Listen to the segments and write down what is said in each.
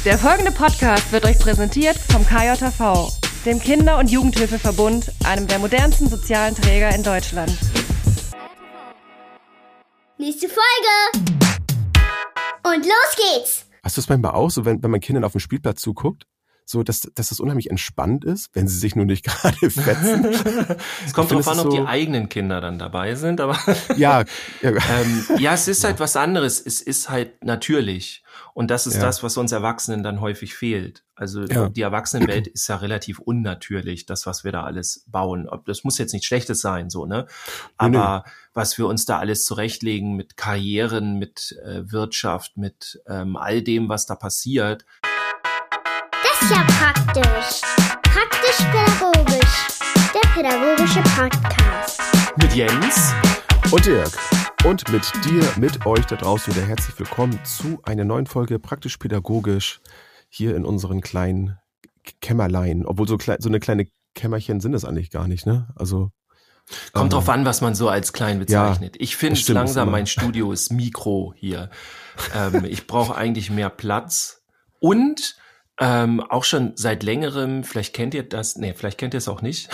Der folgende Podcast wird euch präsentiert vom KJV, dem Kinder- und Jugendhilfeverbund, einem der modernsten sozialen Träger in Deutschland. Nächste Folge! Und los geht's! Hast du es manchmal auch, so wenn man Kindern auf dem Spielplatz zuguckt, so dass das unheimlich entspannt ist, wenn sie sich nur nicht gerade fetzen? Es kommt drauf an, ob die eigenen Kinder dann dabei sind, aber ja. Ja, es ist halt was anderes. Es ist halt natürlich. Und das ist das, was uns Erwachsenen dann häufig fehlt. Also die Erwachsenenwelt ist ja relativ unnatürlich, das, was wir da alles bauen. Das muss jetzt nichts Schlechtes sein, so, ne? Aber was wir uns da alles zurechtlegen mit Karrieren, mit Wirtschaft, mit all dem, was da passiert. Das ist ja praktisch. Praktisch-pädagogisch. Der pädagogische Podcast. Mit Jens. Und Dirk. Und mit dir, mit euch da draußen wieder herzlich willkommen zu einer neuen Folge Praktisch-pädagogisch hier in unseren kleinen Kämmerlein. Obwohl so eine kleine Kämmerchen sind es eigentlich gar nicht, ne? Also kommt drauf an, was man so als klein bezeichnet. Ja, ich finde es langsam, mein Studio ist Mikro hier. Ich brauche eigentlich mehr Platz. Und auch schon seit längerem, vielleicht kennt ihr es auch nicht,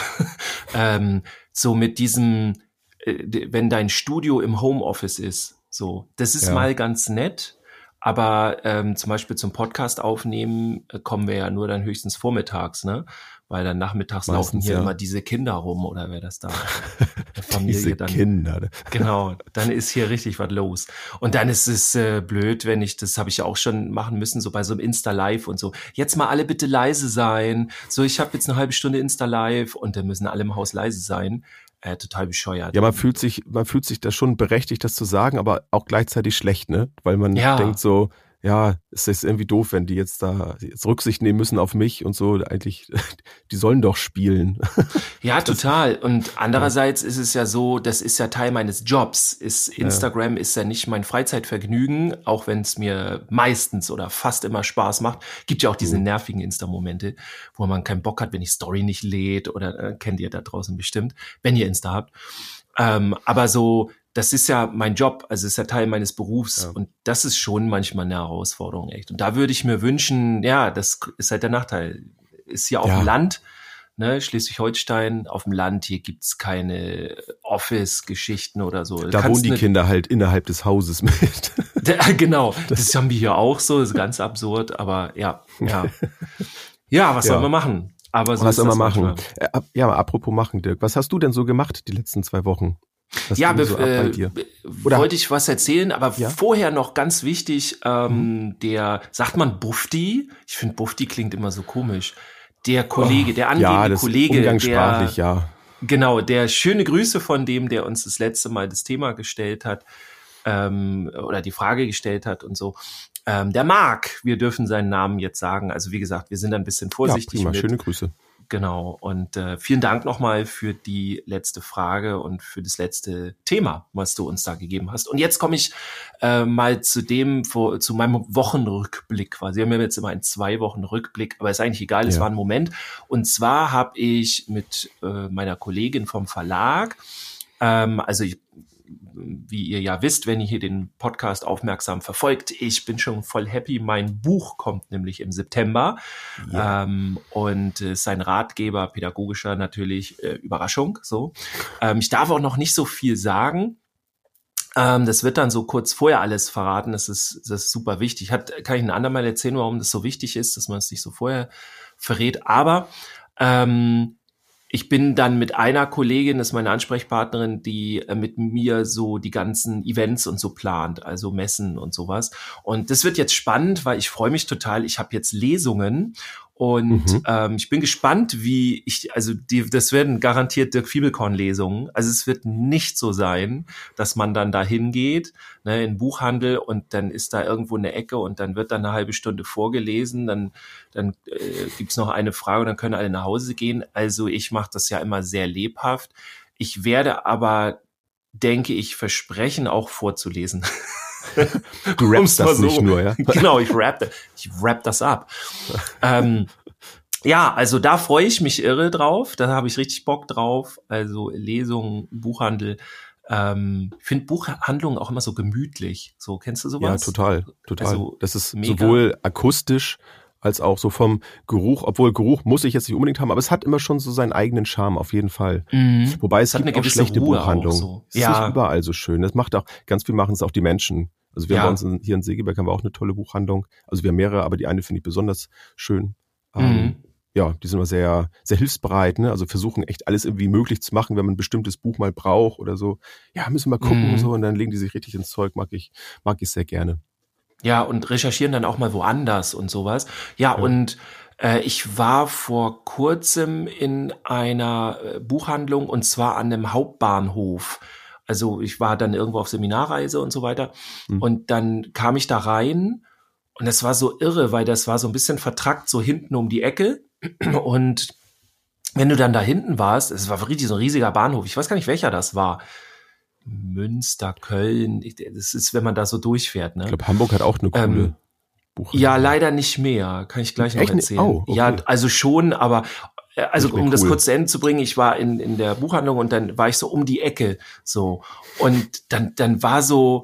so mit diesem, wenn dein Studio im Homeoffice ist, so, das ist mal ganz nett, aber zum Beispiel zum Podcast aufnehmen kommen wir ja nur dann höchstens vormittags, ne? Weil dann nachmittags meistens laufen hier immer diese Kinder rum oder wer das da der Familie diese dann Kinder. Genau, dann ist hier richtig was los. Und dann ist es blöd, wenn das habe ich ja auch schon machen müssen, so bei so einem Insta-Live und so. Jetzt mal alle bitte leise sein. So, ich habe jetzt eine halbe Stunde Insta-Live und dann müssen alle im Haus leise sein. Total bescheuert. Ja, man fühlt sich da schon berechtigt, das zu sagen, aber auch gleichzeitig schlecht, ne? Weil man denkt so, ja, es ist irgendwie doof, wenn die jetzt Rücksicht nehmen müssen auf mich und so. Eigentlich, die sollen doch spielen. Ja, total. Und andererseits ist es ja so, das ist ja Teil meines Jobs. Instagram ist ja nicht mein Freizeitvergnügen, auch wenn es mir meistens oder fast immer Spaß macht. Gibt ja auch diese nervigen Insta-Momente, wo man keinen Bock hat, wenn die Story nicht lädt oder kennt ihr da draußen bestimmt, wenn ihr Insta habt. Aber so, das ist ja mein Job, also ist ja Teil meines Berufs und das ist schon manchmal eine Herausforderung, echt. Und da würde ich mir wünschen, ja, das ist halt der Nachteil. Ist hier auf dem Land, ne, Schleswig-Holstein, auf dem Land, hier gibt's keine Office-Geschichten oder so. Da wohnen die Kinder halt innerhalb des Hauses mit. Genau, das haben wir hier auch so, das ist ganz absurd, aber ja. Ja, was soll man machen? Aber so was soll man machen? Ja, apropos machen, Dirk, was hast du denn so gemacht die letzten 2 Wochen? Wollte ich was erzählen, aber vorher noch ganz wichtig, der, sagt man Bufti? Ich finde Bufti klingt immer so komisch. Der Kollege, der angehende Kollege, umgangssprachlich, genau, der schöne Grüße von dem, der uns das letzte Mal das Thema gestellt hat, oder die Frage gestellt hat und so. Der Marc, wir dürfen seinen Namen jetzt sagen. Also wie gesagt, wir sind ein bisschen vorsichtig. Ja, prima, schöne Grüße. Genau, und vielen Dank nochmal für die letzte Frage und für das letzte Thema, was du uns da gegeben hast. Und jetzt komme ich mal zu meinem Wochenrückblick quasi. Wir haben jetzt immer einen 2-Wochen-Rückblick, aber ist eigentlich egal, es war ein Moment. Und zwar habe ich mit meiner Kollegin vom Verlag, wie ihr ja wisst, wenn ihr hier den Podcast aufmerksam verfolgt, ich bin schon voll happy. Mein Buch kommt nämlich im September und ist ein Ratgeber, pädagogischer natürlich, Überraschung. So, ich darf auch noch nicht so viel sagen. Das wird dann so kurz vorher alles verraten. Das ist super wichtig. Kann ich ein andermal erzählen, warum das so wichtig ist, dass man es nicht so vorher verrät. Aber ich bin dann mit einer Kollegin, das ist meine Ansprechpartnerin, die mit mir so die ganzen Events und so plant, also Messen und sowas. Und das wird jetzt spannend, weil ich freue mich total. Ich habe jetzt Lesungen und ich bin gespannt, das werden garantiert Dirk Fiebelkorn-Lesungen. Also es wird nicht so sein, dass man dann da hingeht, ne, in den Buchhandel und dann ist da irgendwo eine Ecke und dann wird da eine halbe Stunde vorgelesen, dann gibt's noch eine Frage und dann können alle nach Hause gehen. Also ich mache das ja immer sehr lebhaft. Ich werde aber, denke ich, versprechen, auch vorzulesen. Du rappst das nicht nur, ja? Genau, ich rap das ab. Ja, also da freue ich mich irre drauf. Da habe ich richtig Bock drauf. Also Lesungen, Buchhandel. Ich finde Buchhandlungen auch immer so gemütlich. So, kennst du sowas? Ja, total. Also das ist mega. sowohl akustisch als auch so vom Geruch, obwohl Geruch muss ich jetzt nicht unbedingt haben, aber es hat immer schon so seinen eigenen Charme, auf jeden Fall. Wobei es gibt auch schlechte Buchhandlungen. So. Es ist nicht überall so schön. Das macht auch, ganz viel machen es auch die Menschen. Also wir haben bei uns hier in Segeberg haben wir auch eine tolle Buchhandlung. Also wir haben mehrere, aber die eine finde ich besonders schön. Ja, die sind immer sehr, sehr hilfsbereit, ne? Also versuchen echt alles irgendwie möglich zu machen, wenn man ein bestimmtes Buch mal braucht oder so. Ja, müssen wir gucken und so, und dann legen die sich richtig ins Zeug, mag ich sehr gerne. Ja, und recherchieren dann auch mal woanders und sowas. Ja. Und ich war vor kurzem in einer Buchhandlung, und zwar an einem Hauptbahnhof. Also ich war dann irgendwo auf Seminarreise und so weiter. Und dann kam ich da rein, und das war so irre, weil das war so ein bisschen vertrackt, so hinten um die Ecke. Und wenn du dann da hinten warst, es war richtig so ein riesiger Bahnhof. Ich weiß gar nicht, welcher das war. Münster, Köln. Das ist, wenn man da so durchfährt. Ne? Ich glaube, Hamburg hat auch eine coole Buchhandlung. Ja, leider nicht mehr. Kann ich gleich noch erzählen. Oh, okay. Ja, also schon, aber also um das cool. kurz zu Ende zu bringen, ich war in der Buchhandlung, und dann war ich so um die Ecke so, und dann war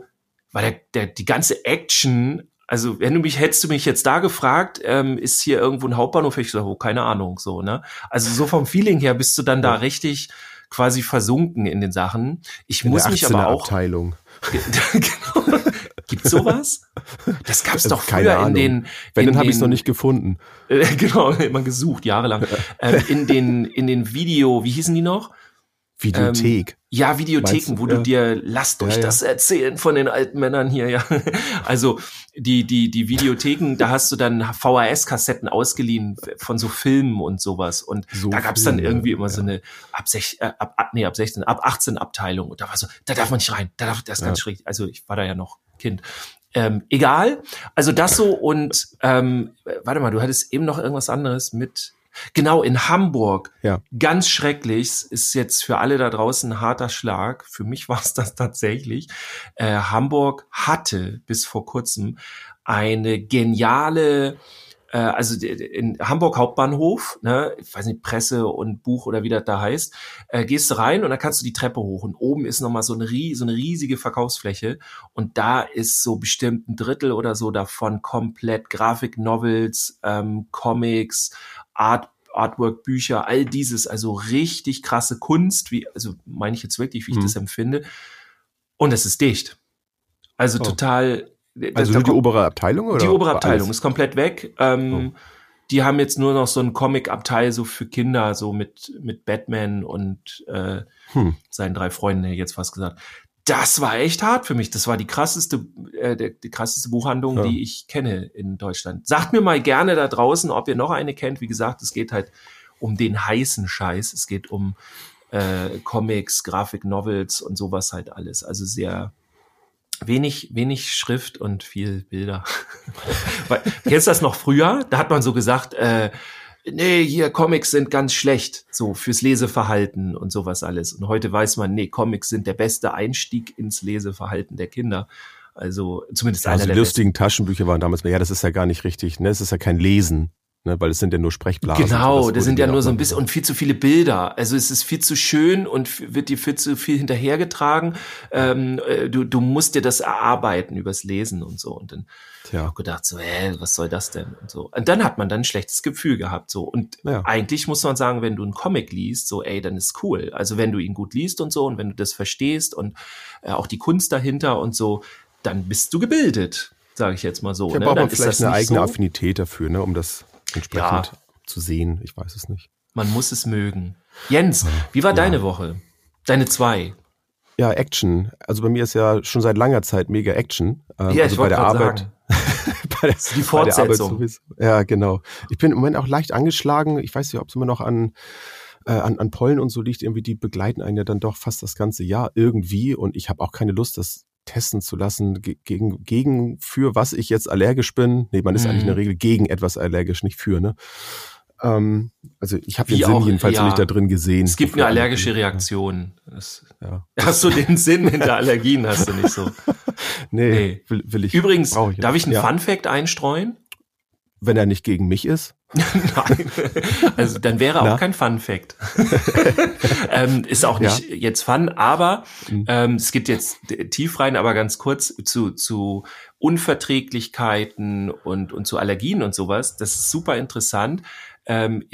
die ganze Action. Also hättest du mich jetzt da gefragt, ist hier irgendwo ein Hauptbahnhof? Ich so, keine Ahnung, so, ne? Also so vom Feeling her bist du dann da richtig quasi versunken in den Sachen. Ich muss mich aber auch. Abteilung. Genau. Gibt's sowas? Das gab's doch früher in den. Wenn, dann habe ich es noch nicht gefunden. Genau, immer gesucht, jahrelang. In den Wie hießen die noch? Videothek. Ja, Videotheken, wo du dir, lasst euch das erzählen von den alten Männern hier, ja. Also die Videotheken, da hast du dann VHS-Kassetten ausgeliehen von so Filmen und sowas. Und so da gab's dann irgendwie immer so eine ab 18 Abteilung. Und da war so, da darf man nicht rein, das ist ganz schräg. Also ich war da ja noch Kind. Egal. Also das so, und warte mal, du hattest eben noch irgendwas anderes mit. Genau, in Hamburg. Ja. Ganz schrecklich, ist jetzt für alle da draußen ein harter Schlag. Für mich war es das tatsächlich. Hamburg hatte bis vor kurzem eine geniale, also in Hamburg Hauptbahnhof, ne, ich weiß nicht, Presse und Buch oder wie das da heißt, gehst du rein und dann kannst du die Treppe hoch, und oben ist nochmal so eine riesige Verkaufsfläche, und da ist so bestimmt ein Drittel oder so davon komplett Grafik-Novels, Comics, Artwork, Bücher, all dieses, also richtig krasse Kunst, also meine ich jetzt wirklich, wie ich das empfinde. Und es ist dicht. Also total. Also nur die obere Abteilung, oder? Die obere Abteilung ist komplett weg. Die haben jetzt nur noch so einen Comic-Abteil so für Kinder, so mit Batman und seinen 3 Freunden, hätte ich jetzt fast gesagt. Das war echt hart für mich. Das war die krasseste Buchhandlung, die ich kenne in Deutschland. Sagt mir mal gerne da draußen, ob ihr noch eine kennt. Wie gesagt, es geht halt um den heißen Scheiß. Es geht um Comics, Grafik-Novels und sowas halt alles. Also sehr wenig Schrift und viel Bilder. Kennst du das noch früher? Da hat man so gesagt, nee, hier Comics sind ganz schlecht, so fürs Leseverhalten und sowas alles. Und heute weiß man, nee, Comics sind der beste Einstieg ins Leseverhalten der Kinder. Also zumindest einer der lustigen besten. Taschenbücher waren damals, ja, das ist ja gar nicht richtig, ne? Es ist ja kein Lesen. Ne, weil es sind ja nur Sprechblasen. Genau, das sind ja nur so ein bisschen und viel zu viele Bilder. Also es ist viel zu schön und wird dir viel zu viel hinterhergetragen. Du musst dir das erarbeiten übers Lesen und so. Und dann habe ich auch gedacht so, was soll das denn? Und so. Und dann hat man dann ein schlechtes Gefühl gehabt. So. Und eigentlich muss man sagen, wenn du einen Comic liest, so, dann ist cool. Also wenn du ihn gut liest und so und wenn du das verstehst und auch die Kunst dahinter und so, dann bist du gebildet, sage ich jetzt mal so. Ja, ne? braucht man dann vielleicht ist das eine eigene so Affinität dafür, ne, um das entsprechend zu sehen. Ich weiß es nicht. Man muss es mögen. Jens, wie war deine Woche? Deine 2? Ja, Action. Also bei mir ist ja schon seit langer Zeit mega Action. Ja, also ich wollte gerade sagen. Die Fortsetzung. Bei der Arbeit ja, genau. Ich bin im Moment auch leicht angeschlagen. Ich weiß nicht, ob es immer noch an Pollen und so liegt. Irgendwie, die begleiten einen ja dann doch fast das ganze Jahr irgendwie. Und ich habe auch keine Lust, das testen zu lassen, für was ich jetzt allergisch bin. Nee, man ist eigentlich in der Regel gegen etwas allergisch, nicht für, ne? Also ich habe den Sinn jedenfalls nicht da drin gesehen. Es gibt eine allergische Reaktion. Hast du den Sinn hinter Allergien, hast du nicht so. Nee. Will ich. Übrigens, darf ich einen Fun-Fact einstreuen? Wenn er nicht gegen mich ist. Nein, also dann wäre auch kein Fun-Fact. Ist auch nicht jetzt Fun, aber es gibt jetzt tief rein, aber ganz kurz zu Unverträglichkeiten und zu Allergien und sowas. Das ist super interessant. Könnt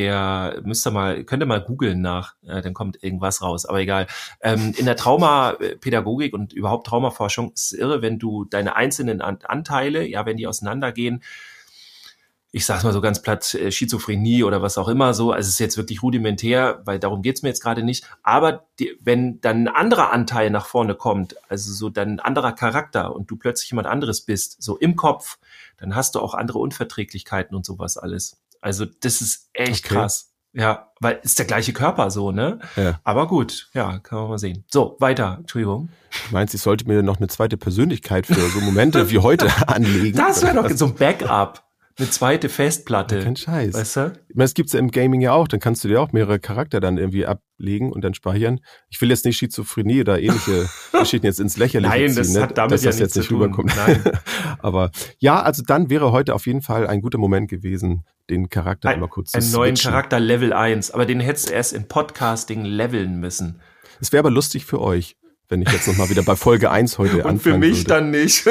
ihr mal googeln nach, dann kommt irgendwas raus, aber egal. In der Traumapädagogik und überhaupt Traumaforschung ist es irre, wenn du deine einzelnen Anteile, wenn die auseinandergehen, ich sag's mal so ganz platt, Schizophrenie oder was auch immer so, also es ist jetzt wirklich rudimentär, weil darum geht's mir jetzt gerade nicht, aber wenn dann ein anderer Anteil nach vorne kommt, also so dann ein anderer Charakter und du plötzlich jemand anderes bist, so im Kopf, dann hast du auch andere Unverträglichkeiten und sowas alles. Also das ist echt krass. Ja, weil ist der gleiche Körper so, ne? Ja. Aber gut, kann man mal sehen. So, weiter, Entschuldigung. Du meinst, ich sollte mir noch eine zweite Persönlichkeit für so Momente wie heute anlegen? Das wäre doch so ein Backup. Eine zweite Festplatte. Kein Scheiß. Weißt du? Ich meine, das gibt's ja im Gaming ja auch. Dann kannst du dir auch mehrere Charakter dann irgendwie ablegen und dann speichern. Ich will jetzt nicht Schizophrenie oder ähnliche Geschichten jetzt ins Lächerliche ziehen. Nein, das hat damit ja nichts zu tun. Rüberkommt. Nein. Aber ja, also dann wäre heute auf jeden Fall ein guter Moment gewesen, den Charakter einmal kurz zu switchen. Einen neuen Charakter Level 1. Aber den hättest du erst in Podcasting leveln müssen. Es wäre aber lustig für euch, wenn ich jetzt nochmal wieder bei Folge 1 heute anfangen würde. Und für mich dann nicht.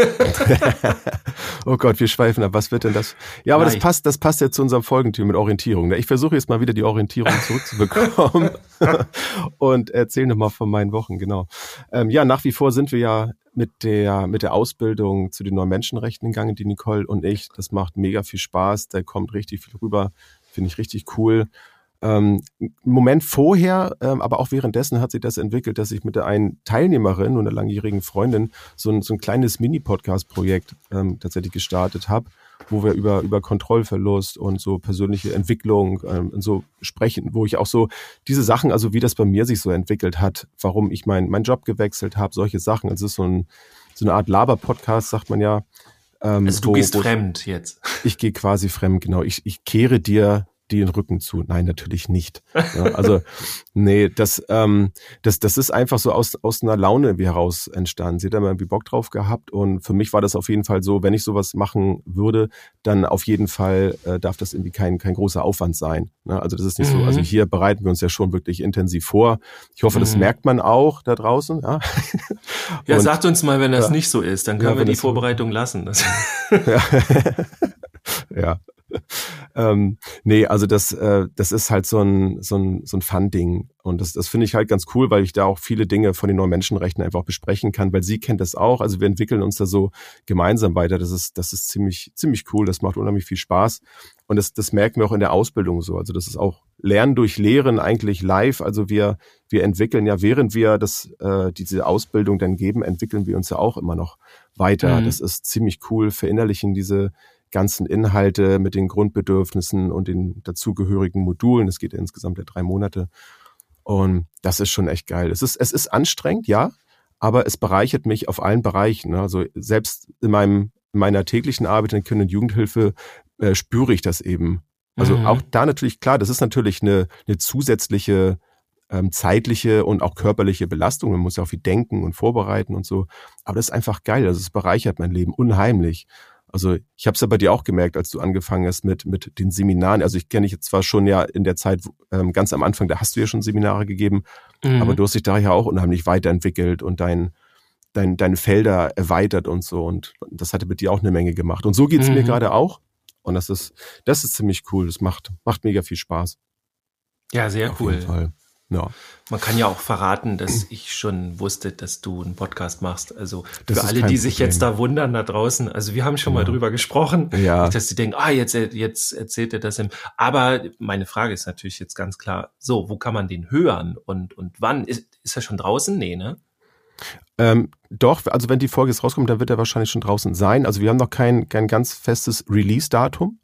Oh Gott, wir schweifen ab. Was wird denn das? Ja, aber das passt ja zu unserem Folgentyp mit Orientierung. Ich versuche jetzt mal wieder die Orientierung zurückzubekommen und erzähle nochmal von meinen Wochen, genau. Nach wie vor sind wir ja mit der Ausbildung zu den neuen Menschenrechten gegangen, die Nicole und ich. Das macht mega viel Spaß. Da kommt richtig viel rüber. Finde ich richtig cool. Moment vorher, aber auch währenddessen hat sich das entwickelt, dass ich mit der einen Teilnehmerin und einer langjährigen Freundin so ein kleines Mini-Podcast-Projekt tatsächlich gestartet habe, wo wir über Kontrollverlust und so persönliche Entwicklung und so sprechen, wo ich auch so diese Sachen, also wie das bei mir sich so entwickelt hat, warum ich meinen Job gewechselt habe, solche Sachen. Also es ist so eine Art Laber-Podcast, sagt man ja. Also du gehst fremd jetzt. Ich gehe quasi fremd, genau. Ich kehre dir den Rücken zu. Nein, natürlich nicht. Ja, also, nee, das ist einfach so aus einer Laune irgendwie heraus entstanden. Sie hat da mal irgendwie Bock drauf gehabt und für mich war das auf jeden Fall so, wenn ich sowas machen würde, dann auf jeden Fall darf das irgendwie kein großer Aufwand sein. Ne? Also das ist nicht so, also hier bereiten wir uns ja schon wirklich intensiv vor. Ich hoffe, das merkt man auch da draußen. Ja, ja, sagt uns mal, wenn das nicht so ist, dann können wir die Vorbereitung lassen. Ja. Nee, also das ist halt so ein Fun-Ding und das finde ich halt ganz cool, weil ich da auch viele Dinge von den neuen Menschenrechten einfach besprechen kann, weil sie kennt das auch, also wir entwickeln uns da so gemeinsam weiter, das ist ziemlich cool, das macht unheimlich viel Spaß und das merken wir auch in der Ausbildung so, also das ist auch Lernen durch Lehren eigentlich live, also wir entwickeln ja, während wir diese Ausbildung dann geben, entwickeln wir uns ja auch immer noch weiter, das ist ziemlich cool, verinnerlichen diese ganzen Inhalte mit den Grundbedürfnissen und den dazugehörigen Modulen. Es geht ja insgesamt 3 Monate. Und das ist schon echt geil. Es ist anstrengend, ja, aber es bereichert mich auf allen Bereichen. Also selbst in meiner täglichen Arbeit in der Kinder- und Jugendhilfe spüre ich das eben. Also auch da natürlich, klar, das ist natürlich eine zusätzliche zeitliche und auch körperliche Belastung. Man muss ja auch viel denken und vorbereiten und so. Aber das ist einfach geil. Also es bereichert mein Leben unheimlich. Also ich habe es ja bei dir auch gemerkt, als du angefangen hast mit den Seminaren. Also ich kenne dich jetzt zwar schon ja in der Zeit ganz am Anfang, da hast du ja schon Seminare gegeben, aber du hast dich da ja auch unheimlich weiterentwickelt und deine Felder erweitert und so. Und das hatte mit dir auch eine Menge gemacht. Und so geht's mir gerade auch. Und das ist ziemlich cool. Das macht mega viel Spaß. Ja, sehr cool. Auf jeden Fall. Ja. Man kann ja auch verraten, dass ich schon wusste, dass du einen Podcast machst. Also das für alle, die sich jetzt da wundern da draußen. Also wir haben schon mal drüber gesprochen, dass sie denken, jetzt erzählt er das. Aber meine Frage ist natürlich jetzt ganz klar, so, wo kann man den hören und wann? Ist er schon draußen? Nee, ne? Doch, also wenn die Folge jetzt rauskommt, dann wird er wahrscheinlich schon draußen sein. Also wir haben noch kein ganz festes Release-Datum,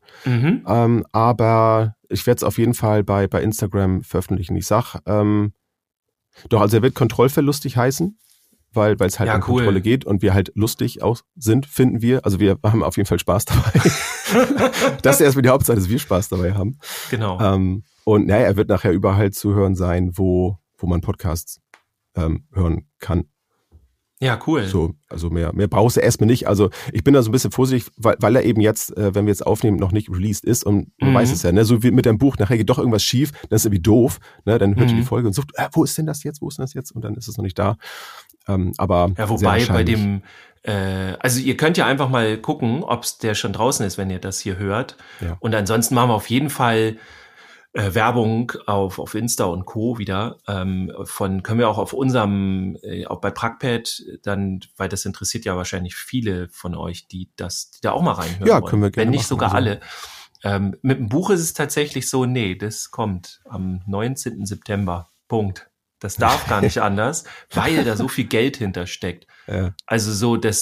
aber ich werde es auf jeden Fall bei Instagram veröffentlichen. Ich sag, doch, also er wird kontrollverlustig heißen, weil es halt um Kontrolle geht und wir halt lustig auch sind, finden wir. Also wir haben auf jeden Fall Spaß dabei. Das ist erstmal die Hauptsache, dass wir Spaß dabei haben. Genau. Und er wird nachher überall zu hören sein, wo man Podcasts hören kann. Ja, cool. So, also mehr brauchst du erstmal nicht. Also ich bin da so ein bisschen vorsichtig, weil er eben jetzt, wenn wir jetzt aufnehmen, noch nicht released ist und man weiß es ja, ne? So wie mit deinem Buch, nachher geht doch irgendwas schief, dann ist irgendwie doof, ne? Dann hört ihr die Folge und sucht, wo ist denn das jetzt, und dann ist es noch nicht da. Aber ja, wobei bei dem, also ihr könnt ja einfach mal gucken, ob der schon draußen ist, wenn ihr das hier hört. Ja. Und ansonsten machen wir auf jeden Fall Werbung auf Insta und Co. wieder. Können wir auch auf unserem, auch bei Prackpad dann, weil das interessiert ja wahrscheinlich viele von euch, die da auch mal reinhören ja, wollen. können wir gerne wenn nicht machen, sogar also. alle. Mit dem Buch ist es tatsächlich so, nee, das kommt am 19. September. Punkt. Das darf gar nicht anders, weil da so viel Geld hintersteckt. Ja. Also so, das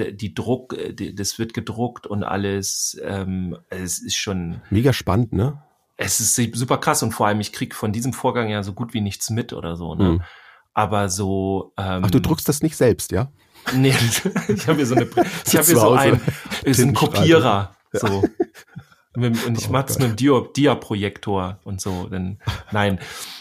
wird gedruckt und alles. Es ist schon Mega spannend, ne? Es ist super krass und vor allem, ich krieg von diesem Vorgang ja so gut wie nichts mit oder so, ne? Mhm. Aber so. Ach, du druckst das nicht selbst, ja? Nee, ich habe hier so einen Kopierer. Ja. So. Und ich mache das mit dem Dia-Projektor und so. Nein.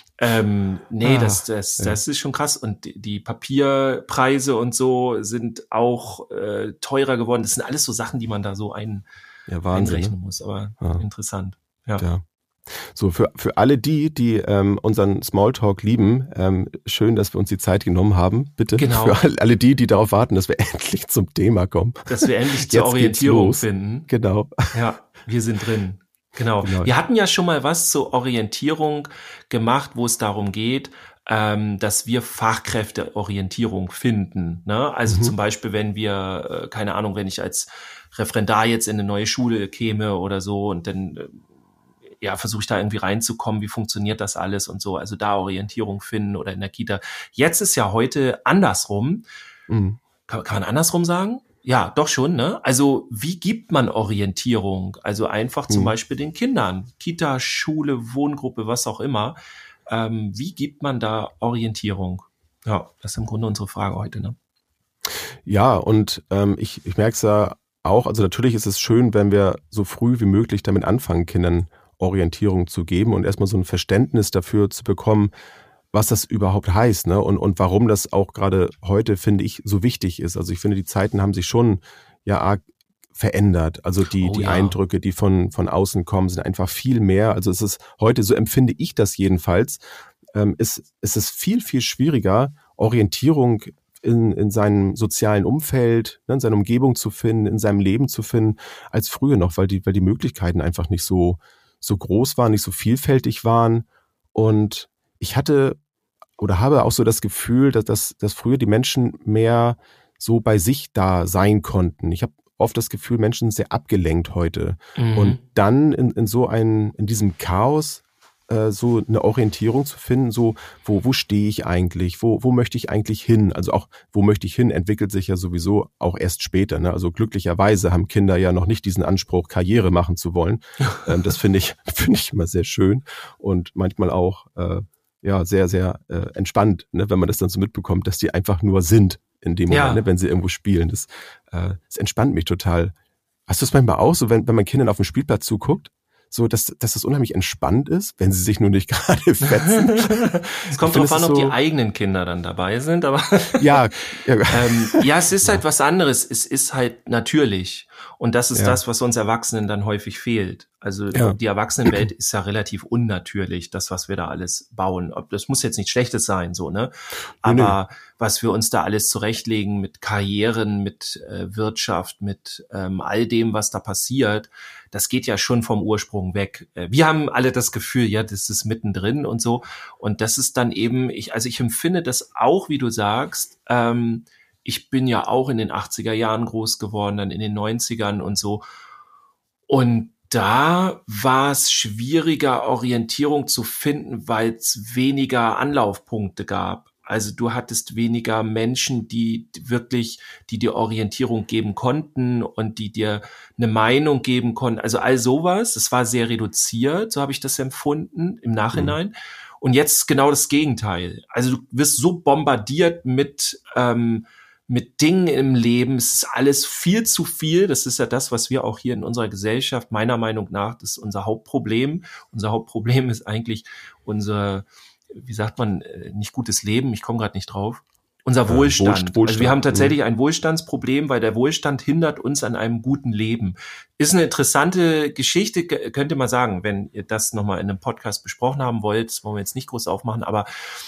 Das ist schon krass. Und die Papierpreise und so sind auch teurer geworden. Das sind alles so Sachen, die man da so einrechnen muss. Aber interessant. Ja. So, für alle die unseren Smalltalk lieben, schön, dass wir uns die Zeit genommen haben. Bitte. Genau. Für alle die darauf warten, dass wir endlich zum Thema kommen. Dass wir endlich zur Orientierung finden. Genau. Ja, wir sind drin. Genau. Wir hatten ja schon mal was zur Orientierung gemacht, wo es darum geht, dass wir Fachkräfteorientierung finden. Ne? Also zum Beispiel, wenn wir, keine Ahnung, wenn ich als Referendar jetzt in eine neue Schule käme oder so und dann versuche ich da irgendwie reinzukommen, wie funktioniert das alles und so, also da Orientierung finden oder in der Kita. Jetzt ist ja heute andersrum. Kann man andersrum sagen? Ja, doch schon, ne? Also wie gibt man Orientierung? Also einfach zum Beispiel den Kindern, Kita, Schule, Wohngruppe, was auch immer. Wie gibt man da Orientierung? Ja, das ist im Grunde unsere Frage heute, ne? Ja, und ich merke es ja auch, also natürlich ist es schön, wenn wir so früh wie möglich damit anfangen, Kindern Orientierung zu geben und erstmal so ein Verständnis dafür zu bekommen, was das überhaupt heißt, ne? Und warum das auch gerade heute, finde ich, so wichtig ist. Also ich finde, die Zeiten haben sich schon arg verändert. Also die Eindrücke, die von außen kommen, sind einfach viel mehr. Also es ist heute, so empfinde ich das jedenfalls, es ist viel, viel schwieriger, Orientierung in seinem sozialen Umfeld, in seiner Umgebung zu finden, in seinem Leben zu finden, als früher noch, weil die Möglichkeiten einfach nicht so groß waren, nicht so vielfältig waren. Und ich hatte oder habe auch so das Gefühl, dass früher die Menschen mehr so bei sich da sein konnten. Ich habe oft das Gefühl, Menschen sind sehr abgelenkt heute. Und dann in diesem Chaos so eine Orientierung zu finden, so wo stehe ich eigentlich, wo möchte ich eigentlich hin? Also auch, wo möchte ich hin, entwickelt sich ja sowieso auch erst später. Ne? Also glücklicherweise haben Kinder ja noch nicht diesen Anspruch, Karriere machen zu wollen. Das finde ich immer sehr schön und manchmal auch sehr, sehr entspannt, ne? Wenn man das dann so mitbekommt, dass die einfach nur sind in dem Moment, ne? Wenn sie irgendwo spielen. Das entspannt mich total. Hast du es manchmal auch so, wenn man Kindern auf dem Spielplatz zuguckt? So, dass das unheimlich entspannt ist, wenn sie sich nur nicht gerade fetzen. Es kommt drauf an, ob die eigenen Kinder dann dabei sind, aber ja, es ist halt was anderes. Es ist halt natürlich. Und das ist das, was uns Erwachsenen dann häufig fehlt. Also die Erwachsenenwelt ist ja relativ unnatürlich, das, was wir da alles bauen. Das muss jetzt nichts Schlechtes sein, so, ne? Aber was wir uns da alles zurechtlegen mit Karrieren, mit Wirtschaft, mit all dem, was da passiert, das geht ja schon vom Ursprung weg. Wir haben alle das Gefühl, das ist mittendrin und so. Und das ist dann eben, ich empfinde das auch, wie du sagst, ich bin ja auch in den 80er Jahren groß geworden, dann in den 90ern und so. Und da war es schwieriger, Orientierung zu finden, weil es weniger Anlaufpunkte gab. Also du hattest weniger Menschen, die dir Orientierung geben konnten und die dir eine Meinung geben konnten. Also all sowas, es war sehr reduziert, so habe ich das empfunden im Nachhinein. Und jetzt genau das Gegenteil. Also du wirst so bombardiert mit Dingen im Leben. Es ist alles viel zu viel. Das ist ja das, was wir auch hier in unserer Gesellschaft, meiner Meinung nach, das ist unser Hauptproblem. Unser Hauptproblem ist eigentlich unser, wie sagt man, nicht gutes Leben. Ich komme gerade nicht drauf. Unser Wohlstand. Wohlstand. Also wir haben tatsächlich ein Wohlstandsproblem, weil der Wohlstand hindert uns an einem guten Leben. Ist eine interessante Geschichte, könnt ihr mal sagen, wenn ihr das nochmal in einem Podcast besprochen haben wollt, das wollen wir jetzt nicht groß aufmachen, aber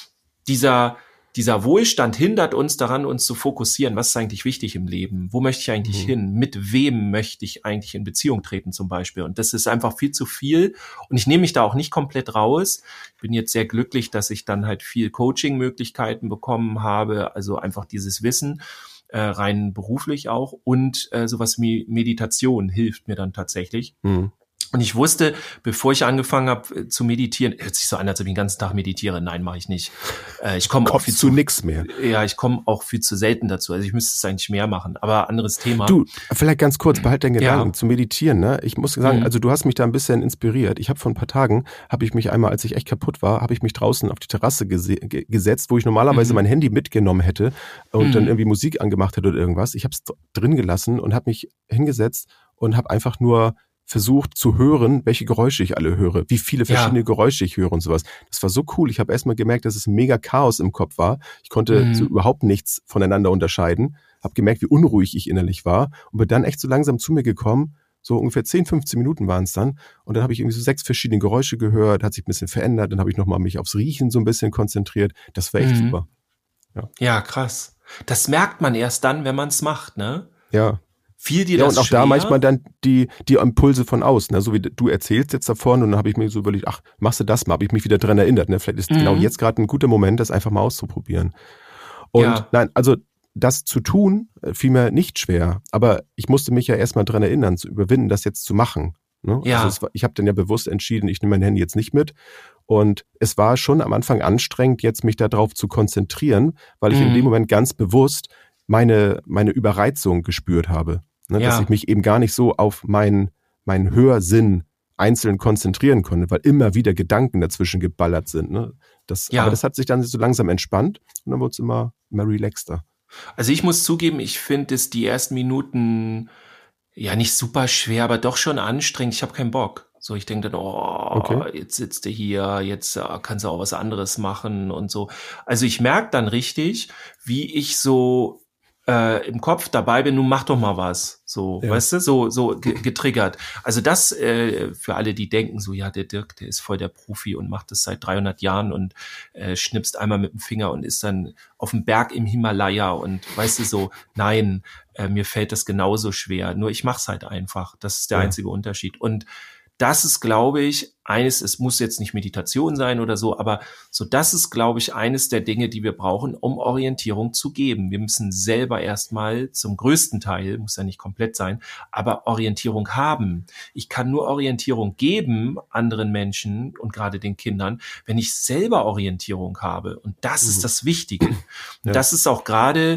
dieser Wohlstand hindert uns daran, uns zu fokussieren. Was ist eigentlich wichtig im Leben? Wo möchte ich eigentlich hin? Mit wem möchte ich eigentlich in Beziehung treten zum Beispiel? Und das ist einfach viel zu viel. Und ich nehme mich da auch nicht komplett raus. Ich bin jetzt sehr glücklich, dass ich dann halt viel Coaching-Möglichkeiten bekommen habe. Also einfach dieses Wissen, rein beruflich auch. Und sowas wie Meditation hilft mir dann tatsächlich. Mhm. Und ich wusste, bevor ich angefangen habe zu meditieren, hört sich so an, als ob ich den ganzen Tag meditiere. Nein, mache ich nicht. Ich komme auch viel zu nix mehr. Ja, ich komme auch viel zu selten dazu. Also ich müsste es eigentlich mehr machen. Aber anderes Thema. Du, vielleicht ganz kurz, behalt deinen Gedanken zu meditieren. Ne? Ich muss sagen, also du hast mich da ein bisschen inspiriert. Ich habe vor ein paar Tagen, habe ich mich einmal, als ich echt kaputt war, habe ich mich draußen auf die Terrasse gesetzt, wo ich normalerweise mein Handy mitgenommen hätte und dann irgendwie Musik angemacht hätte oder irgendwas. Ich habe es drin gelassen und habe mich hingesetzt und habe einfach nur versucht zu hören, welche Geräusche ich alle höre, wie viele verschiedene Geräusche ich höre und sowas. Das war so cool. Ich habe erstmal gemerkt, dass es mega Chaos im Kopf war. Ich konnte so überhaupt nichts voneinander unterscheiden. Habe gemerkt, wie unruhig ich innerlich war und bin dann echt so langsam zu mir gekommen. So ungefähr 10, 15 Minuten waren es dann. Und dann habe ich irgendwie so 6 verschiedene Geräusche gehört, hat sich ein bisschen verändert. Dann habe ich nochmal mich aufs Riechen so ein bisschen konzentriert. Das war echt super. Ja, krass. Das merkt man erst dann, wenn man es macht, ne? Ja. Fiel dir das und auch schwer? Da manchmal dann die Impulse von außen, ne? So wie du erzählst jetzt davon und dann habe ich mir so überlegt, ach, machst du das mal, habe ich mich wieder dran erinnert, ne? Vielleicht ist genau jetzt gerade ein guter Moment, das einfach mal auszuprobieren. Und nein, also das zu tun, fiel mir nicht schwer, aber ich musste mich ja erstmal dran erinnern, zu überwinden, das jetzt zu machen. Ne? Ja. Also ich habe dann ja bewusst entschieden, ich nehme mein Handy jetzt nicht mit und es war schon am Anfang anstrengend, jetzt mich darauf zu konzentrieren, weil ich in dem Moment ganz bewusst meine Überreizung gespürt habe. Ne, dass ich mich eben gar nicht so auf meinen Hörsinn einzeln konzentrieren konnte, weil immer wieder Gedanken dazwischen geballert sind. Ne? Aber das hat sich dann so langsam entspannt und dann wurde es immer relaxter. Also ich muss zugeben, ich finde es die ersten Minuten ja nicht super schwer, aber doch schon anstrengend. Ich habe keinen Bock. So, ich denke dann, jetzt sitzt du hier, jetzt kannst du auch was anderes machen und so. Also ich merke dann richtig, wie ich so im Kopf dabei bin, nun mach doch mal was. So, weißt du, so getriggert. Also das für alle, die denken so, ja, der Dirk, der ist voll der Profi und macht das seit 300 Jahren und schnipst einmal mit dem Finger und ist dann auf dem Berg im Himalaya und weißt du so, nein, mir fällt das genauso schwer. Nur ich mach's halt einfach. Das ist der einzige Unterschied. Und das ist, glaube ich, es muss jetzt nicht Meditation sein oder so, aber so das ist, glaube ich, eines der Dinge, die wir brauchen, um Orientierung zu geben. Wir müssen selber erstmal zum größten Teil, muss ja nicht komplett sein, aber Orientierung haben. Ich kann nur Orientierung geben anderen Menschen und gerade den Kindern, wenn ich selber Orientierung habe. Und das ist das Wichtige. Und das ist auch gerade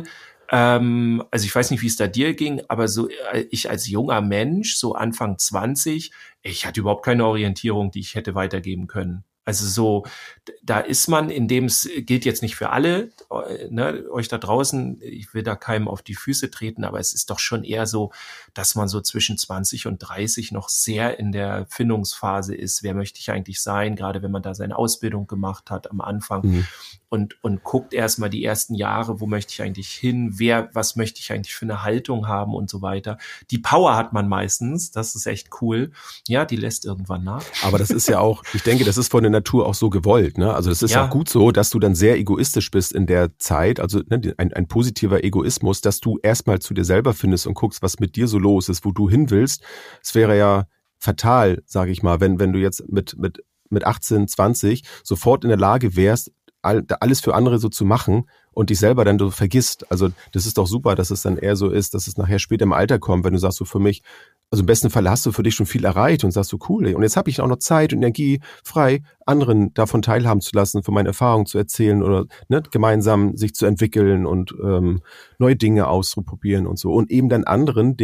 also ich weiß nicht, wie es da dir ging, aber so ich als junger Mensch, so Anfang 20, ich hatte überhaupt keine Orientierung, die ich hätte weitergeben können. Also so, da ist man, es gilt jetzt nicht für alle, ne, euch da draußen, ich will da keinem auf die Füße treten, aber es ist doch schon eher so, dass man so zwischen 20 und 30 noch sehr in der Findungsphase ist. Wer möchte ich eigentlich sein? Gerade wenn man da seine Ausbildung gemacht hat am Anfang und guckt erstmal die ersten Jahre, wo möchte ich eigentlich hin? Was möchte ich eigentlich für eine Haltung haben und so weiter. Die Power hat man meistens, das ist echt cool. Ja, die lässt irgendwann nach. Aber das ist ja auch, ich denke, das ist von der Natur auch so gewollt, ne? Also das ist auch gut so, dass du dann sehr egoistisch bist in der Zeit, also ne, ein positiver Egoismus, dass du erstmal zu dir selber findest und guckst, was mit dir so los ist, wo du hin willst. Es wäre ja fatal, sage ich mal, wenn du jetzt mit 18, 20 sofort in der Lage wärst, alles für andere so zu machen und dich selber dann so vergisst. Also das ist doch super, dass es dann eher so ist, dass es nachher später im Alter kommt, wenn du sagst so für mich, also im besten Fall hast du für dich schon viel erreicht und sagst so cool, ey, und jetzt habe ich auch noch Zeit und Energie frei, anderen davon teilhaben zu lassen, von meinen Erfahrungen zu erzählen oder ne, gemeinsam sich zu entwickeln und neue Dinge auszuprobieren und so und eben dann anderen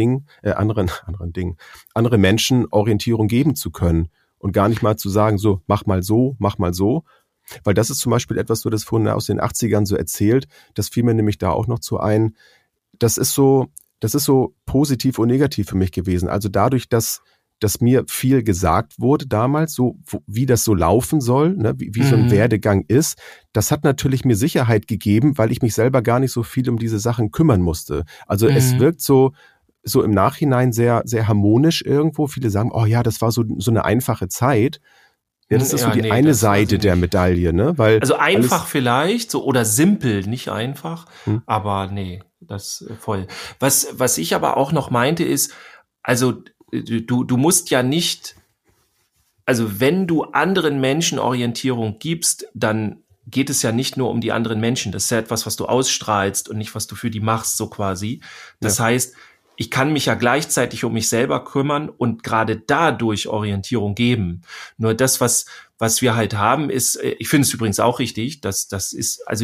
Menschen Orientierung geben zu können und gar nicht mal zu sagen so, mach mal so, weil das ist zum Beispiel etwas, du das vorhin aus den 80ern so erzählt, das fiel mir nämlich da auch noch zu ein, das ist so positiv und negativ für mich gewesen. Also dadurch, dass dass mir viel gesagt wurde damals, so wie das so laufen soll, ne, wie so ein Werdegang ist. Das hat natürlich mir Sicherheit gegeben, weil ich mich selber gar nicht so viel um diese Sachen kümmern musste. Also es wirkt so im Nachhinein sehr, sehr harmonisch irgendwo. Viele sagen, oh ja, das war so eine einfache Zeit. Ja, das ist so die eine Seite der Medaille, ne? Weil also einfach vielleicht, so, oder simpel, nicht einfach, aber nee, das voll. Was ich aber auch noch meinte ist, also du musst ja nicht, also wenn du anderen Menschen Orientierung gibst, dann geht es ja nicht nur um die anderen Menschen. Das ist ja etwas, was du ausstrahlst und nicht, was du für die machst, so quasi. Das heißt, ich kann mich ja gleichzeitig um mich selber kümmern und gerade dadurch Orientierung geben. Nur das, was wir halt haben, ist, ich finde es übrigens auch richtig, das ist, also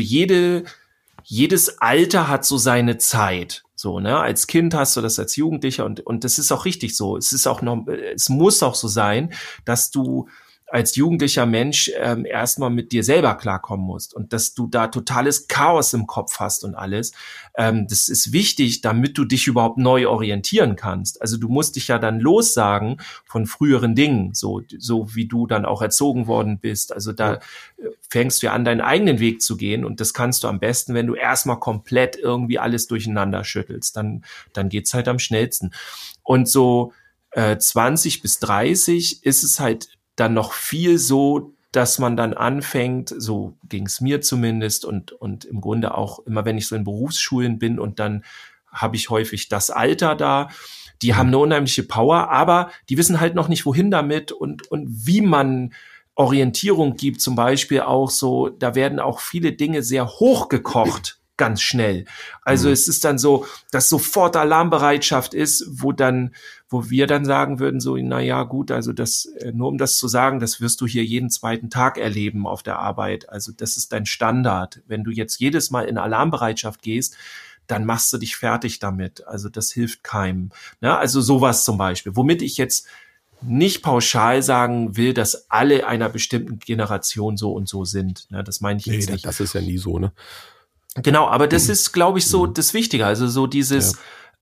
jedes Alter hat so seine Zeit. So, ne? Als Kind hast du das, als Jugendlicher und das ist auch richtig so. Es muss auch so sein, dass du als jugendlicher Mensch erstmal mit dir selber klarkommen musst und dass du da totales Chaos im Kopf hast und alles. Das ist wichtig, damit du dich überhaupt neu orientieren kannst. Also du musst dich ja dann lossagen von früheren Dingen, so wie du dann auch erzogen worden bist. Also da fängst du ja an, deinen eigenen Weg zu gehen und das kannst du am besten, wenn du erstmal komplett irgendwie alles durcheinander schüttelst. Dann geht's halt am schnellsten. Und so 20 bis 30 ist es halt dann noch viel so, dass man dann anfängt, so ging's mir zumindest und im Grunde auch immer, wenn ich so in Berufsschulen bin und dann habe ich häufig das Alter da, die haben eine unheimliche Power, aber die wissen halt noch nicht, wohin damit und wie man Orientierung gibt, zum Beispiel auch so, da werden auch viele Dinge sehr hochgekocht, ganz schnell. Also es ist dann so, dass sofort Alarmbereitschaft ist, wo wir dann sagen würden, so, na ja, gut, also das, nur um das zu sagen, das wirst du hier jeden zweiten Tag erleben auf der Arbeit. Also das ist dein Standard. Wenn du jetzt jedes Mal in Alarmbereitschaft gehst, dann machst du dich fertig damit. Also das hilft keinem. Na, also sowas zum Beispiel. Womit ich jetzt nicht pauschal sagen will, dass alle einer bestimmten Generation so und so sind. Na, das meine ich jetzt nicht. Das ist ja nie so, ne? Genau, aber das ist, glaube ich, so das Wichtige. Also so dieses,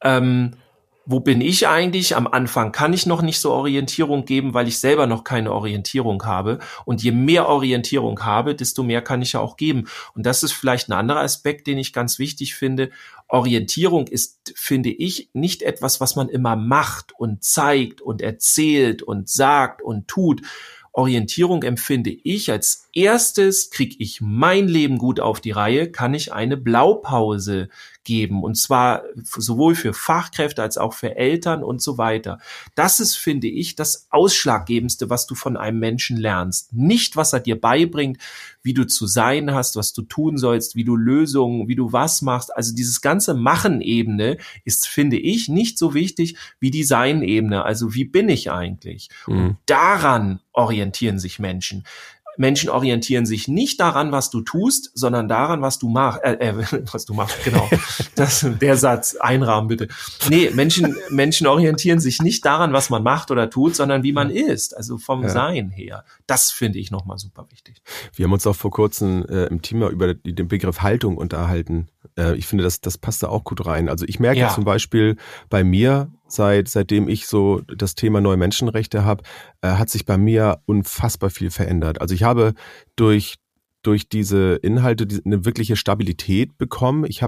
wo bin ich eigentlich? Am Anfang kann ich noch nicht so Orientierung geben, weil ich selber noch keine Orientierung habe. Und je mehr Orientierung habe, desto mehr kann ich ja auch geben. Und das ist vielleicht ein anderer Aspekt, den ich ganz wichtig finde. Orientierung ist, finde ich, nicht etwas, was man immer macht und zeigt und erzählt und sagt und tut. Orientierung empfinde ich als erstes, kriege ich mein Leben gut auf die Reihe, kann ich eine Blaupause geben. Und zwar sowohl für Fachkräfte als auch für Eltern und so weiter. Das ist, finde ich, das Ausschlaggebendste, was du von einem Menschen lernst. Nicht, was er dir beibringt, wie du zu sein hast, was du tun sollst, wie du Lösungen, wie du was machst. Also dieses ganze Machen-Ebene ist, finde ich, nicht so wichtig wie die Sein-Ebene. Also wie bin ich eigentlich? Und daran orientieren sich Menschen. Menschen orientieren sich nicht daran, was du tust, sondern daran, was du machst. Was du machst, genau. Der Satz, einrahmen bitte. Nee, Menschen orientieren sich nicht daran, was man macht oder tut, sondern wie man ist. Also vom Sein her. Das finde ich nochmal super wichtig. Wir haben uns auch vor kurzem im Team über den Begriff Haltung unterhalten. Ich finde, das passt da auch gut rein. Also ich merke zum Beispiel bei mir, seitdem ich so das Thema neue Menschenrechte habe, hat sich bei mir unfassbar viel verändert. Also ich habe durch diese Inhalte eine wirkliche Stabilität bekommen. Ich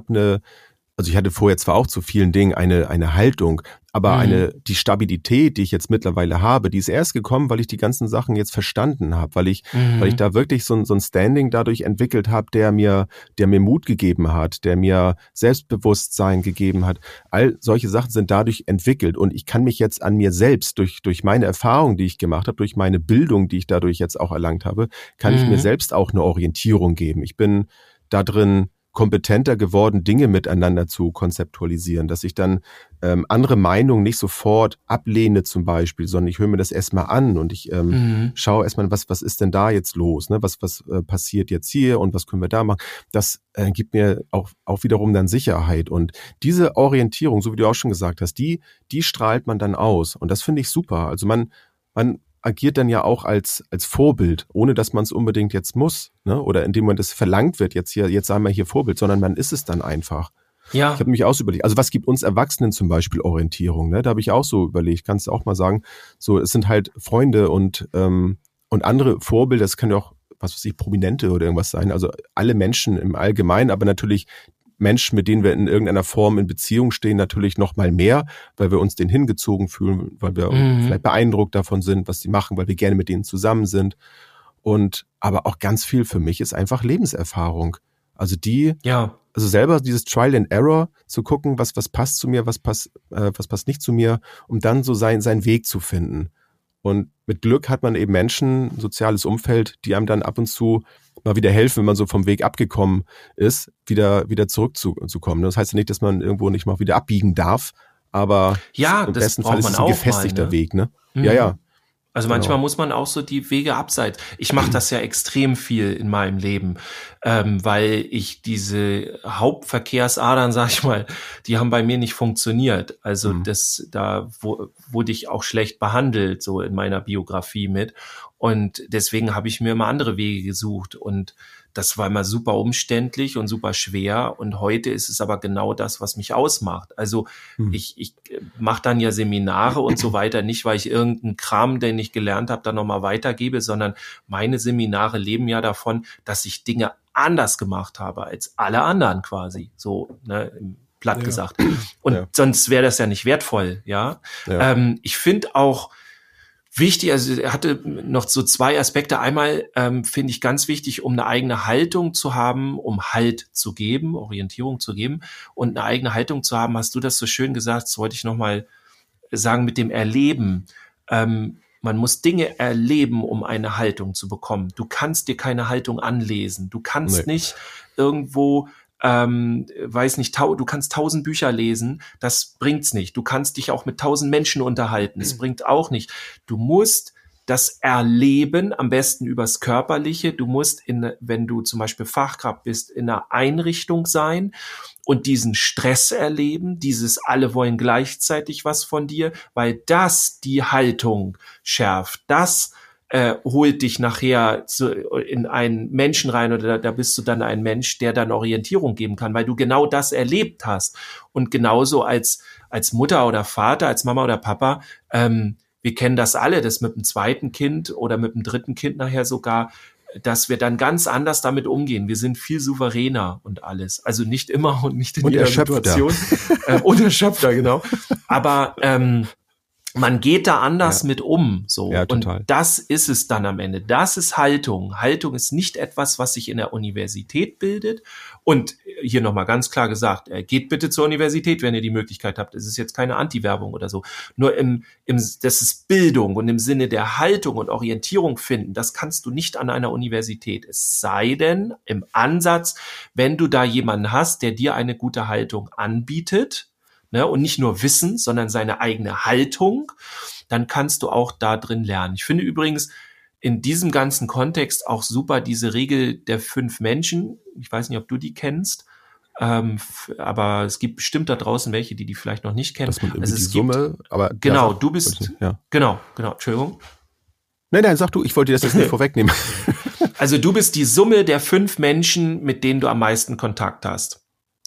hatte vorher zwar auch zu vielen Dingen eine Haltung, aber die Stabilität, die ich jetzt mittlerweile habe, die ist erst gekommen, weil ich die ganzen Sachen jetzt verstanden habe, weil ich da wirklich so ein Standing dadurch entwickelt habe, der mir Mut gegeben hat, der mir Selbstbewusstsein gegeben hat. All solche Sachen sind dadurch entwickelt und ich kann mich jetzt an mir selbst durch meine Erfahrung, die ich gemacht habe, durch meine Bildung, die ich dadurch jetzt auch erlangt habe, kann ich mir selbst auch eine Orientierung geben. Ich bin da drin kompetenter geworden, Dinge miteinander zu konzeptualisieren, dass ich dann andere Meinungen nicht sofort ablehne zum Beispiel, sondern ich höre mir das erstmal an und ich schaue erstmal, was ist denn da jetzt los, ne? Was passiert jetzt hier und was können wir da machen? Das gibt mir auch wiederum dann Sicherheit und diese Orientierung, so wie du auch schon gesagt hast, die strahlt man dann aus und das finde ich super. Also man agiert dann ja auch als Vorbild, ohne dass man es unbedingt jetzt muss, ne? Oder indem man das verlangt wird, jetzt sei mal hier Vorbild, sondern man ist es dann einfach. Ja. Ich habe mich auch so überlegt, also was gibt uns Erwachsenen zum Beispiel Orientierung, ne? Da habe ich auch so überlegt, kannst du auch mal sagen, so es sind halt Freunde und andere Vorbilder, das können ja auch, was weiß ich, Prominente oder irgendwas sein, also alle Menschen im Allgemeinen, aber natürlich Menschen, mit denen wir in irgendeiner Form in Beziehung stehen, natürlich noch mal mehr, weil wir uns denen hingezogen fühlen, weil wir vielleicht beeindruckt davon sind, was die machen, weil wir gerne mit denen zusammen sind. Und aber auch ganz viel für mich ist einfach Lebenserfahrung. Also also selber dieses Trial and Error zu gucken, was passt zu mir, was passt nicht zu mir, um dann so seinen Weg zu finden. Und mit Glück hat man eben Menschen, soziales Umfeld, die einem dann ab und zu mal wieder helfen, wenn man so vom Weg abgekommen ist, wieder zurückzukommen. Das heißt ja nicht, dass man irgendwo nicht mal wieder abbiegen darf, aber im besten Fall ist es ein gefestigter Weg, ne? Ja. Also manchmal muss man auch so die Wege abseits. Ich mache das ja extrem viel in meinem Leben, weil ich diese Hauptverkehrsadern, sag ich mal, die haben bei mir nicht funktioniert. Also da wurde ich auch schlecht behandelt, so in meiner Biografie mit. Und deswegen habe ich mir immer andere Wege gesucht. Und das war immer super umständlich und super schwer. Und heute ist es aber genau das, was mich ausmacht. Also ich mache dann ja Seminare und so weiter, nicht weil ich irgendeinen Kram, den ich gelernt habe, dann nochmal weitergebe, sondern meine Seminare leben ja davon, dass ich Dinge anders gemacht habe als alle anderen quasi, so platt gesagt. Und sonst wäre das ja nicht wertvoll, ja. Ich finde auch wichtig, also er hatte noch so zwei Aspekte. Einmal finde ich ganz wichtig, um eine eigene Haltung zu haben, um Halt zu geben, Orientierung zu geben und eine eigene Haltung zu haben, hast du das so schön gesagt, das wollte ich nochmal sagen mit dem Erleben. Man muss Dinge erleben, um eine Haltung zu bekommen. Du kannst dir keine Haltung anlesen. Du kannst nicht irgendwo du kannst 1000 Bücher lesen, das bringt's nicht. Du kannst dich auch mit 1000 Menschen unterhalten, das bringt auch nicht. Du musst das erleben, am besten übers Körperliche. Du musst wenn du zum Beispiel Fachkraft bist, in einer Einrichtung sein und diesen Stress erleben, dieses alle wollen gleichzeitig was von dir, weil das die Haltung schärft, das holt dich nachher in einen Menschen rein oder da bist du dann ein Mensch, der dann Orientierung geben kann, weil du genau das erlebt hast. Und genauso als Mutter oder Vater, als Mama oder Papa, wir kennen das alle, das mit dem zweiten Kind oder mit dem dritten Kind nachher sogar, dass wir dann ganz anders damit umgehen. Wir sind viel souveräner und alles. Also nicht immer und nicht in jeder Situation. Und erschöpfter, genau. Aber man geht da anders mit um, so. Ja, total. Und das ist es dann am Ende. Das ist Haltung. Haltung ist nicht etwas, was sich in der Universität bildet. Und hier nochmal ganz klar gesagt, geht bitte zur Universität, wenn ihr die Möglichkeit habt. Es ist jetzt keine Anti-Werbung oder so. Nur das ist Bildung und im Sinne der Haltung und Orientierung finden, das kannst du nicht an einer Universität. Es sei denn, im Ansatz, wenn du da jemanden hast, der dir eine gute Haltung anbietet, und nicht nur Wissen, sondern seine eigene Haltung, dann kannst du auch da drin lernen. Ich finde übrigens in diesem ganzen Kontext auch super diese Regel der 5 Menschen. Ich weiß nicht, ob du die kennst, aber es gibt bestimmt da draußen welche, die vielleicht noch nicht kennen. Dass man irgendwie die Summe, aber genau, du bist, genau, Entschuldigung. Nein, sag du, ich wollte das jetzt nicht vorwegnehmen. Also du bist die Summe der 5 Menschen, mit denen du am meisten Kontakt hast.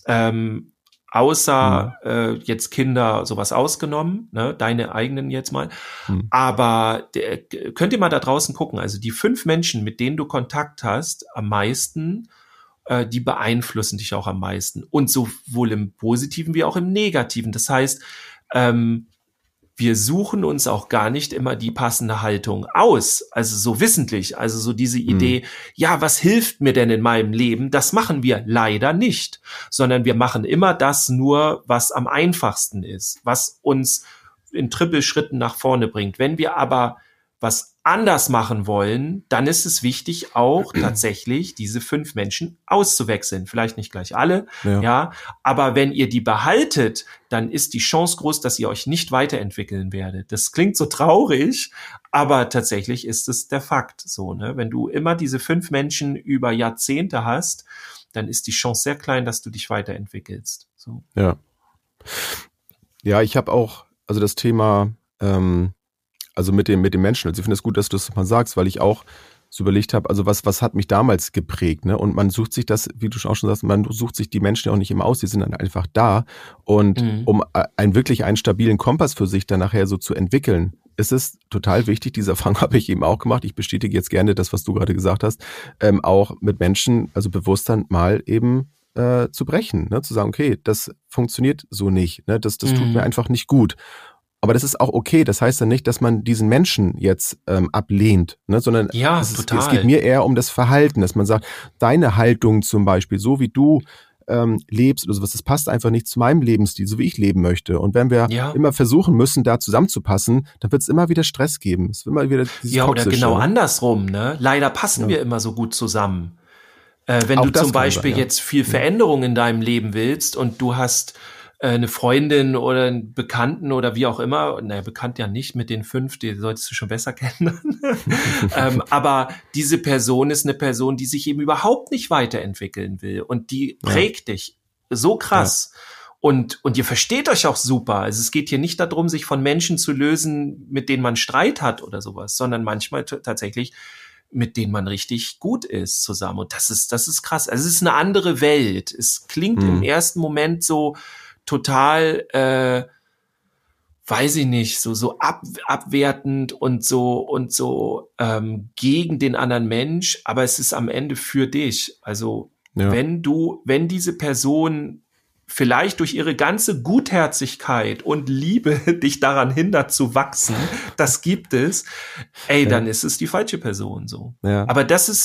Außer jetzt Kinder sowas ausgenommen, deine eigenen jetzt mal. Aber könnt ihr mal da draußen gucken, also die 5 Menschen, mit denen du Kontakt hast, am meisten, die beeinflussen dich auch am meisten. Und sowohl im Positiven wie auch im Negativen. Das heißt, wir suchen uns auch gar nicht immer die passende Haltung aus, also so wissentlich, also so diese Idee, ja, was hilft mir denn in meinem Leben? Das machen wir leider nicht, sondern wir machen immer das nur, was am einfachsten ist, was uns in Trippelschritten nach vorne bringt. Wenn wir aber was anders machen wollen, dann ist es wichtig, auch tatsächlich diese 5 Menschen auszuwechseln. Vielleicht nicht gleich alle, aber wenn ihr die behaltet, dann ist die Chance groß, dass ihr euch nicht weiterentwickeln werdet. Das klingt so traurig, aber tatsächlich ist es der Fakt so, Wenn du immer diese 5 Menschen über Jahrzehnte hast, dann ist die Chance sehr klein, dass du dich weiterentwickelst. So. Ja, ich habe auch, also das Thema, also mit dem Menschen. Also ich finde es gut, dass du das mal sagst, weil ich auch so überlegt habe, also was hat mich damals geprägt, ne? Und man sucht sich das, wie du auch schon sagst, man sucht sich die Menschen ja auch nicht immer aus, die sind dann einfach da. Und um wirklich einen stabilen Kompass für sich dann nachher so zu entwickeln, ist es total wichtig, diese Erfahrung habe ich eben auch gemacht, ich bestätige jetzt gerne das, was du gerade gesagt hast, auch mit Menschen, also bewusst dann mal eben zu brechen, ne? Zu sagen, okay, das funktioniert so nicht, ne? Das tut mir einfach nicht gut. Aber das ist auch okay. Das heißt ja nicht, dass man diesen Menschen jetzt ablehnt, ne? Sondern es geht mir eher um das Verhalten, dass man sagt, deine Haltung zum Beispiel, so wie du lebst oder sowas, das passt einfach nicht zu meinem Lebensstil, so wie ich leben möchte. Und wenn wir immer versuchen müssen, da zusammenzupassen, dann wird es immer wieder Stress geben. Es wird immer wieder dieses Toxische. Oder genau andersrum, ne? Leider passen wir immer so gut zusammen. Wenn du zum Beispiel jetzt viel Veränderung in deinem Leben willst und du hast eine Freundin oder einen Bekannten oder wie auch immer, naja, bekannt ja nicht mit den 5, die solltest du schon besser kennen, aber diese Person ist eine Person, die sich eben überhaupt nicht weiterentwickeln will und die prägt dich so krass und ihr versteht euch auch super, also es geht hier nicht darum, sich von Menschen zu lösen, mit denen man Streit hat oder sowas, sondern manchmal tatsächlich mit denen man richtig gut ist zusammen und das ist krass, also es ist eine andere Welt, es klingt im ersten Moment so total, weiß ich nicht, so abwertend und so gegen den anderen Mensch, aber es ist am Ende für dich. Also wenn diese Person vielleicht durch ihre ganze Gutherzigkeit und Liebe dich daran hindert zu wachsen, das gibt es, dann ist es die falsche Person so. Ja. Aber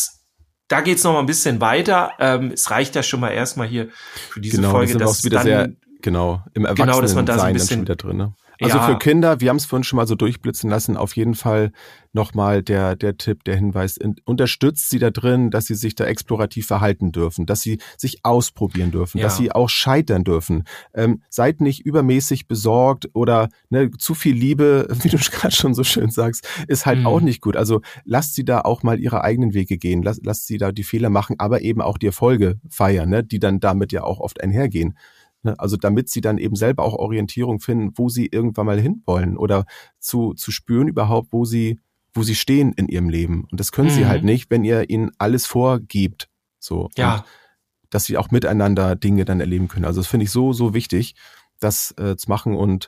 da geht's noch mal ein bisschen weiter. Es reicht ja schon mal erstmal hier für diese Folge, dass wieder dann im Erwachsenen dass man da so ein bisschen wieder drin. Ne? Also für Kinder, wir haben es vorhin schon mal so durchblitzen lassen, auf jeden Fall nochmal der Tipp, der Hinweis, unterstützt sie da drin, dass sie sich da explorativ verhalten dürfen, dass sie sich ausprobieren dürfen, dass sie auch scheitern dürfen. Seid nicht übermäßig besorgt oder zu viel Liebe, wie du gerade schon so schön sagst, ist halt auch nicht gut. Also lasst sie da auch mal ihre eigenen Wege gehen, lasst sie da die Fehler machen, aber eben auch die Erfolge feiern, ne? Die dann damit ja auch oft einhergehen. Also damit sie dann eben selber auch Orientierung finden, wo sie irgendwann mal hinwollen oder zu spüren überhaupt, wo sie stehen in ihrem Leben. Und das können sie halt nicht, wenn ihr ihnen alles vorgibt. So. Ja. Und dass sie auch miteinander Dinge dann erleben können. Also das finde ich so wichtig, das zu machen und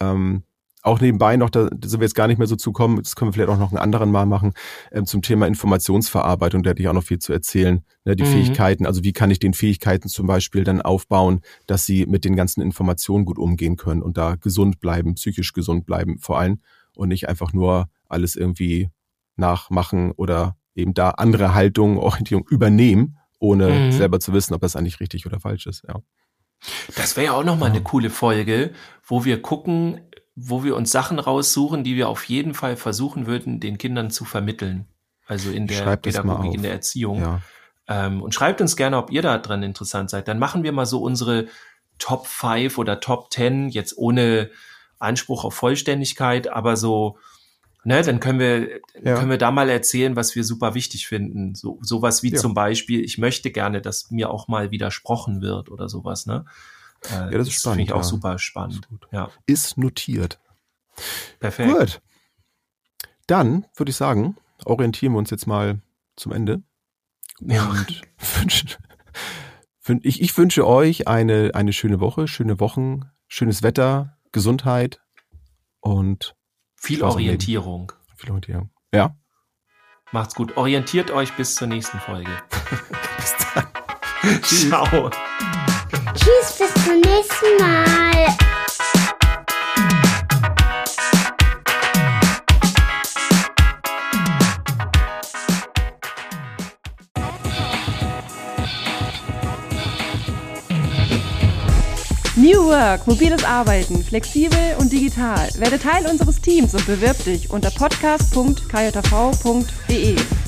auch nebenbei noch, da sind wir jetzt gar nicht mehr so zukommen, das können wir vielleicht auch noch einen anderen Mal machen, zum Thema Informationsverarbeitung, da hätte ich auch noch viel zu erzählen. Ne, die Fähigkeiten, also wie kann ich den Fähigkeiten zum Beispiel dann aufbauen, dass sie mit den ganzen Informationen gut umgehen können und da gesund bleiben, psychisch gesund bleiben vor allem und nicht einfach nur alles irgendwie nachmachen oder eben da andere Haltungen, Orientierung übernehmen, ohne selber zu wissen, ob das eigentlich richtig oder falsch ist. Ja. Das wäre ja auch nochmal eine coole Folge, wo wir gucken, wo wir uns Sachen raussuchen, die wir auf jeden Fall versuchen würden, den Kindern zu vermitteln. Also in der Pädagogik, in der Erziehung. Ja. Und schreibt uns gerne, ob ihr da dran interessant seid. Dann machen wir mal so unsere Top 5 oder Top 10, jetzt ohne Anspruch auf Vollständigkeit, aber so, ne, dann können wir da mal erzählen, was wir super wichtig finden. Sowas wie zum Beispiel, ich möchte gerne, dass mir auch mal widersprochen wird oder sowas, ne? Das ist spannend. Finde ich auch super spannend. Ist notiert. Perfekt. Gut. Dann würde ich sagen, orientieren wir uns jetzt mal zum Ende. Und ich wünsche euch eine schöne Woche, schöne Wochen, schönes Wetter, Gesundheit und viel Orientierung. Viel Orientierung. Ja. Macht's gut. Orientiert euch bis zur nächsten Folge. Bis dann. Ciao. Tschüss, bis zum nächsten Mal. New Work, mobiles Arbeiten, flexibel und digital. Werde Teil unseres Teams und bewirb dich unter podcast.kjv.de.